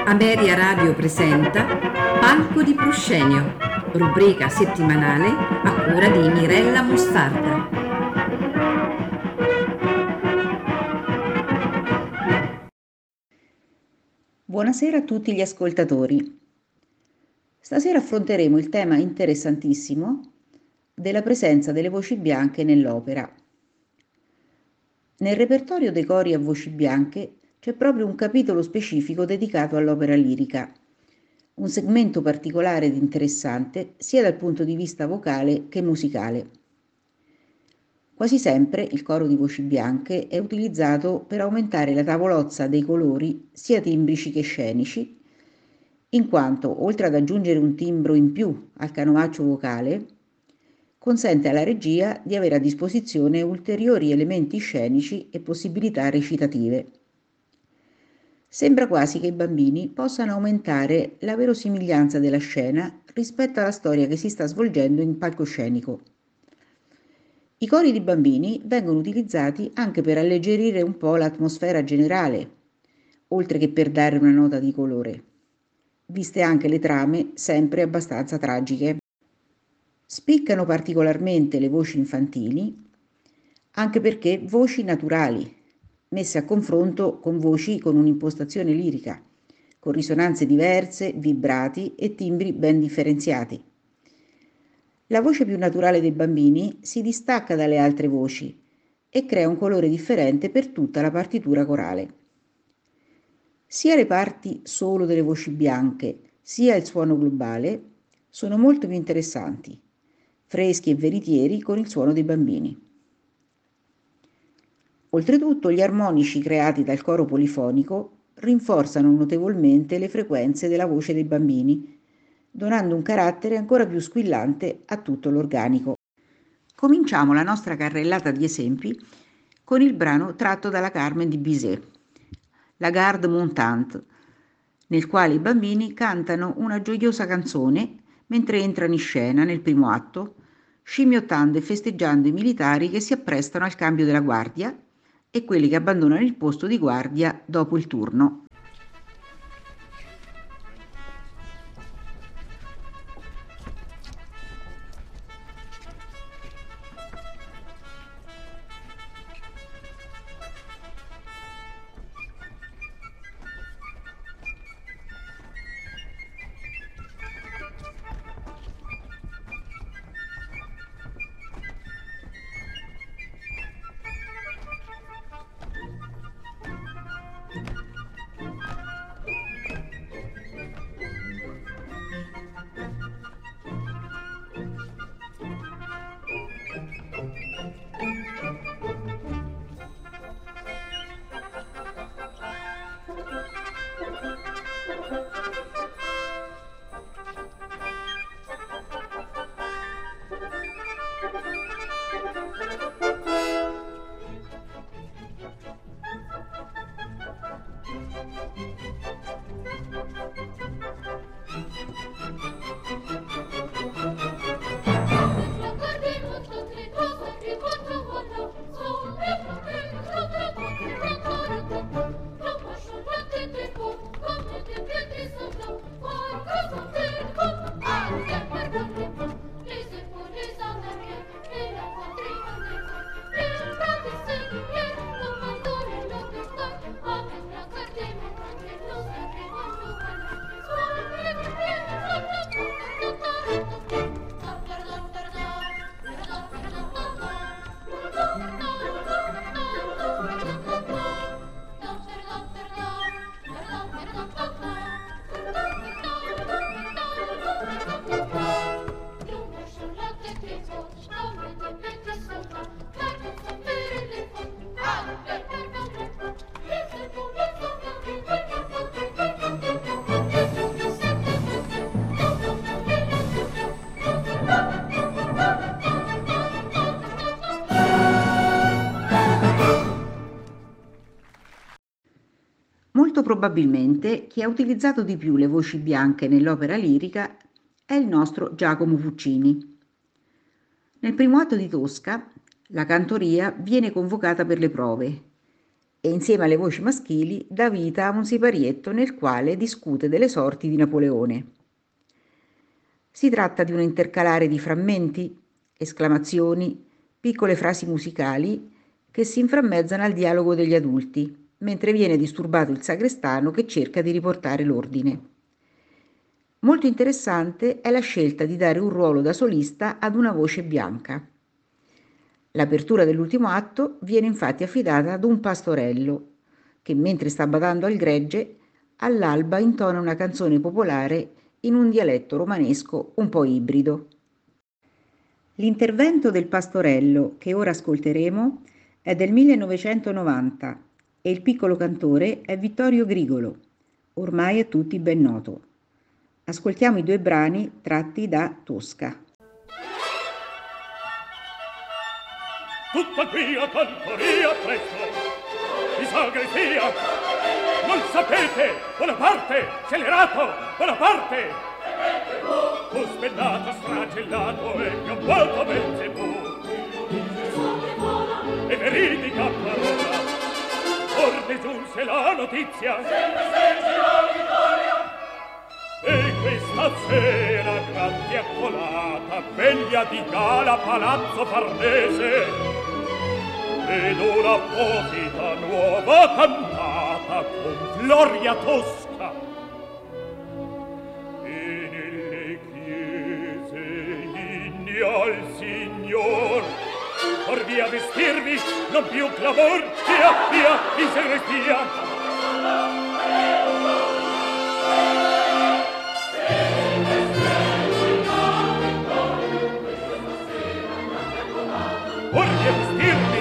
Ameria Radio presenta Palco di Proscenio, rubrica settimanale a cura di Mirella Mostarda. Buonasera a tutti gli ascoltatori. Stasera affronteremo il tema interessantissimo della presenza delle voci bianche nell'opera. Nel repertorio dei cori a voci bianche c'è proprio un capitolo specifico dedicato all'opera lirica, un segmento particolare ed interessante sia dal punto di vista vocale che musicale. Quasi sempre il coro di voci bianche è utilizzato per aumentare la tavolozza dei colori sia timbrici che scenici, in quanto, oltre ad aggiungere un timbro in più al canovaccio vocale, consente alla regia di avere a disposizione ulteriori elementi scenici e possibilità recitative. Sembra quasi che i bambini possano aumentare la verosimiglianza della scena rispetto alla storia che si sta svolgendo in palcoscenico. I cori di bambini vengono utilizzati anche per alleggerire un po' l'atmosfera generale, oltre che per dare una nota di colore, viste anche le trame sempre abbastanza tragiche. Spiccano particolarmente le voci infantili, anche perché voci naturali, messe a confronto con voci con un'impostazione lirica, con risonanze diverse, vibrati e timbri ben differenziati. La voce più naturale dei bambini si distacca dalle altre voci e crea un colore differente per tutta la partitura corale. Sia le parti solo delle voci bianche, sia il suono globale sono molto più interessanti, freschi e veritieri con il suono dei bambini. Oltretutto, gli armonici creati dal coro polifonico rinforzano notevolmente le frequenze della voce dei bambini, donando un carattere ancora più squillante a tutto l'organico. Cominciamo la nostra carrellata di esempi con il brano tratto dalla Carmen di Bizet, La Garde Montante, nel quale i bambini cantano una gioiosa canzone mentre entrano in scena nel primo atto, scimmiottando e festeggiando i militari che si apprestano al cambio della guardia e quelli che abbandonano il posto di guardia dopo il turno. Molto probabilmente chi ha utilizzato di più le voci bianche nell'opera lirica è il nostro Giacomo Puccini. Nel primo atto di Tosca, la cantoria viene convocata per le prove e insieme alle voci maschili dà vita a un siparietto nel quale discute delle sorti di Napoleone. Si tratta di un intercalare di frammenti, esclamazioni, piccole frasi musicali che si inframmezzano al dialogo degli adulti, mentre viene disturbato il sagrestano che cerca di riportare l'ordine. Molto interessante è la scelta di dare un ruolo da solista ad una voce bianca. L'apertura dell'ultimo atto viene infatti affidata ad un pastorello che, mentre sta badando al gregge, all'alba intona una canzone popolare in un dialetto romanesco un po' ibrido. L'intervento del pastorello che ora ascolteremo è del 1990 e il piccolo cantore è Vittorio Grigolo, ormai a tutti ben noto. Ascoltiamo i due brani tratti da Tosca. Tutta qui a cantoria presto, di sagrestia, non sapete, Bonaparte, scellerato, Bonaparte! Tu spennato, stragellato e gabbato Belzebù, e veridica parola, or ne giunse la notizia, e questa sera grande accolata, veglia di gala Palazzo Farnese, ed una apposita nuova cantata con gloria tosca. E nelle chiese inni al Signor, or via vestirvi, non più clamor, via, via, in segrestia. Or via vestirvi,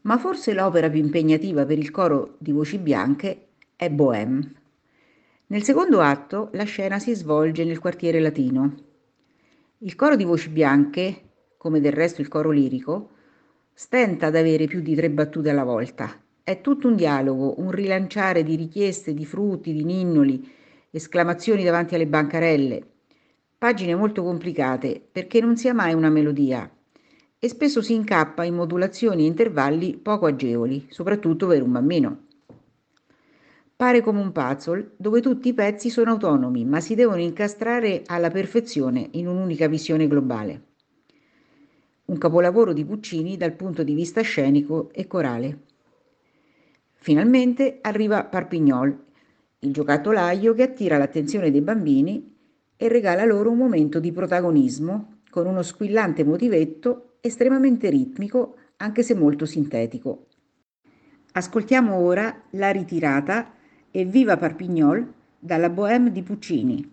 ma forse l'opera più impegnativa per il coro di voci bianche è Bohème. Nel secondo atto la scena si svolge nel quartiere latino. Il coro di voci bianche, come del resto il coro lirico, stenta ad avere più di 3 battute alla volta. È tutto un dialogo, un rilanciare di richieste, di frutti, di ninnoli, esclamazioni davanti alle bancarelle. Pagine molto complicate perché non si ha mai una melodia e spesso si incappa in modulazioni e intervalli poco agevoli, soprattutto per un bambino. Pare come un puzzle dove tutti i pezzi sono autonomi, ma si devono incastrare alla perfezione in un'unica visione globale. Un capolavoro di Puccini dal punto di vista scenico e corale. Finalmente arriva Parpignol, il giocattolaio che attira l'attenzione dei bambini e regala loro un momento di protagonismo con uno squillante motivetto estremamente ritmico, anche se molto sintetico. Ascoltiamo ora La ritirata e Viva Parpignol dalla Bohème di Puccini.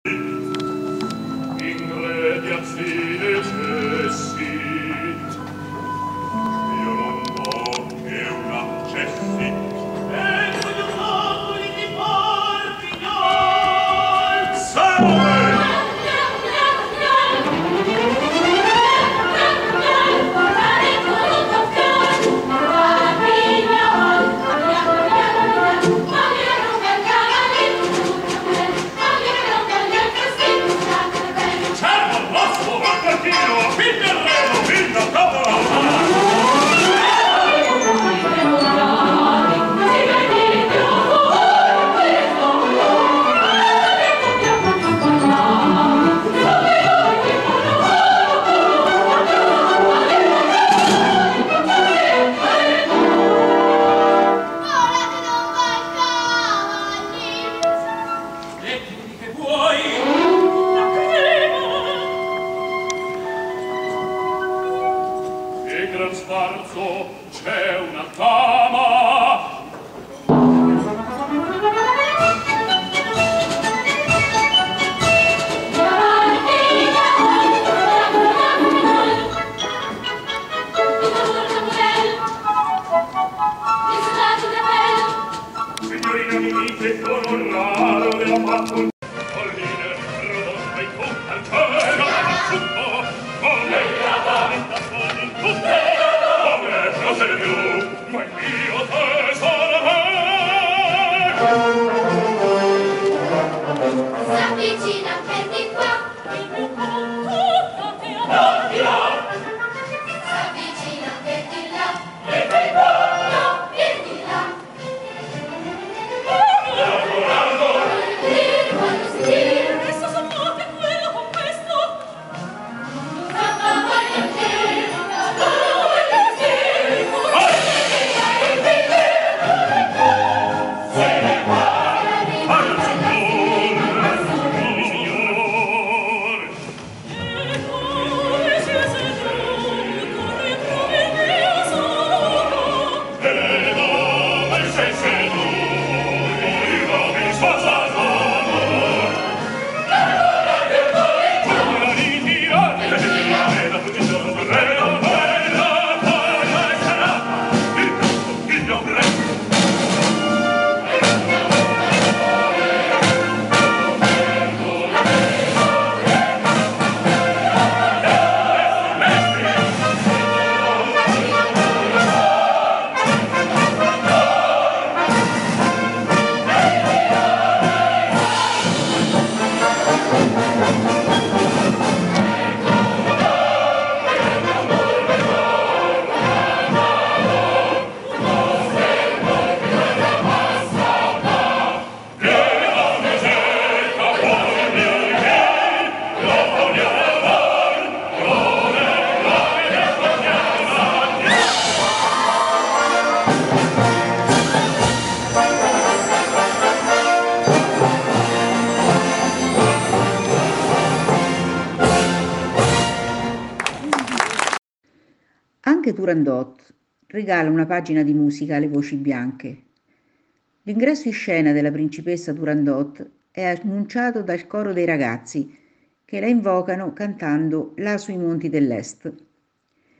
Anche Turandot regala una pagina di musica alle voci bianche. L'ingresso in scena della principessa Turandot è annunciato dal coro dei ragazzi che la invocano cantando Là sui monti dell'Est.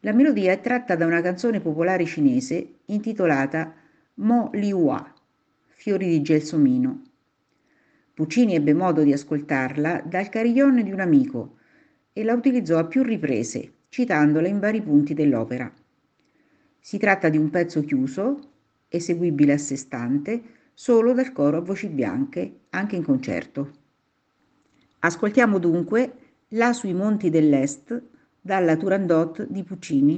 La melodia è tratta da una canzone popolare cinese intitolata Mo Liua, fiori di gelsomino. Puccini ebbe modo di ascoltarla dal carillon di un amico e la utilizzò a più riprese, citandola in vari punti dell'opera. Si tratta di un pezzo chiuso, eseguibile a sé stante, solo dal coro a voci bianche, anche in concerto. Ascoltiamo dunque Là sui monti dell'Est dalla Turandot di Puccini.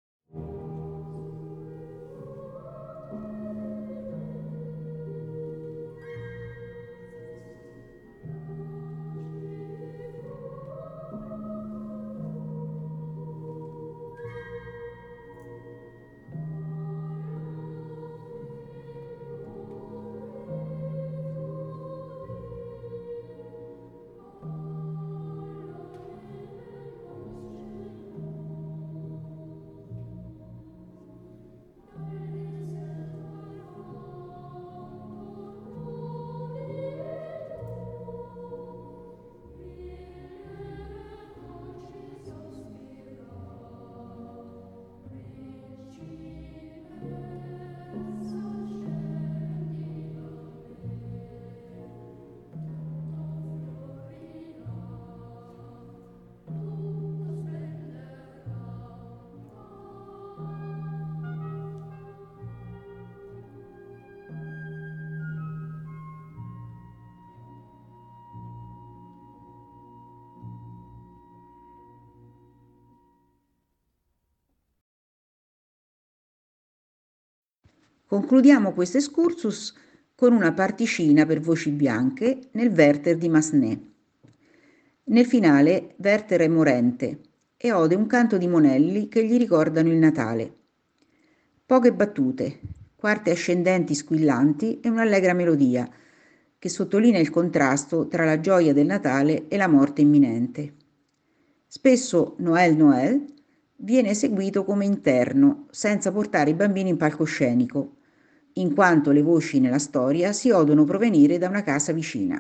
Concludiamo questo excursus con una particina per voci bianche nel Werther di Massenet. Nel finale Werther è morente e ode un canto di monelli che gli ricordano il Natale. Poche battute, quarte ascendenti squillanti e un'allegra melodia che sottolinea il contrasto tra la gioia del Natale e la morte imminente. Spesso Noël Noël viene eseguito come interno, senza portare i bambini in palcoscenico, in quanto le voci nella storia si odono provenire da una casa vicina.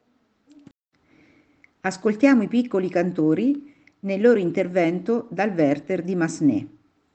Ascoltiamo i piccoli cantori nel loro intervento dal Werther di Massenet.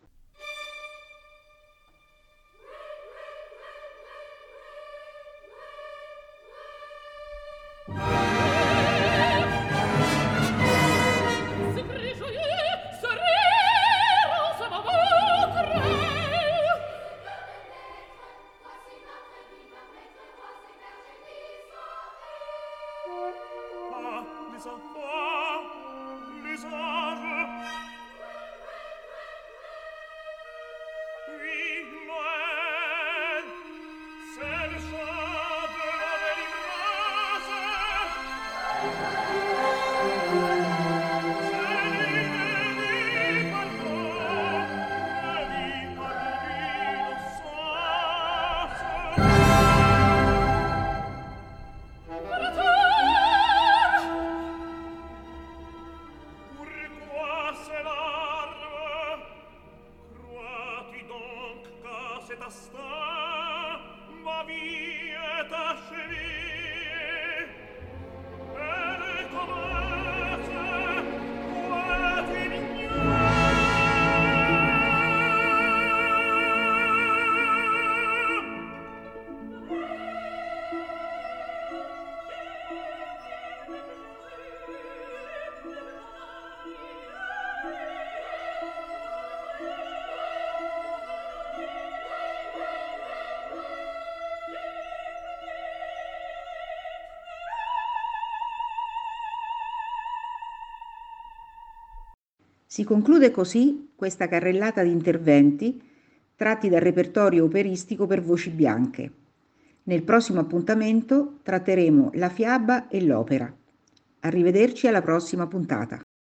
Si conclude così questa carrellata di interventi tratti dal repertorio operistico per voci bianche. Nel prossimo appuntamento tratteremo la fiaba e l'opera. Arrivederci alla prossima puntata.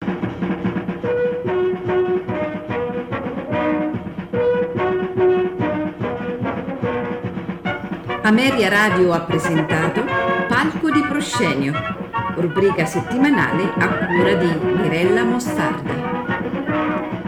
Ameria Radio ha presentato Palco di Proscenio, rubrica settimanale a cura di Mirella Mostardi.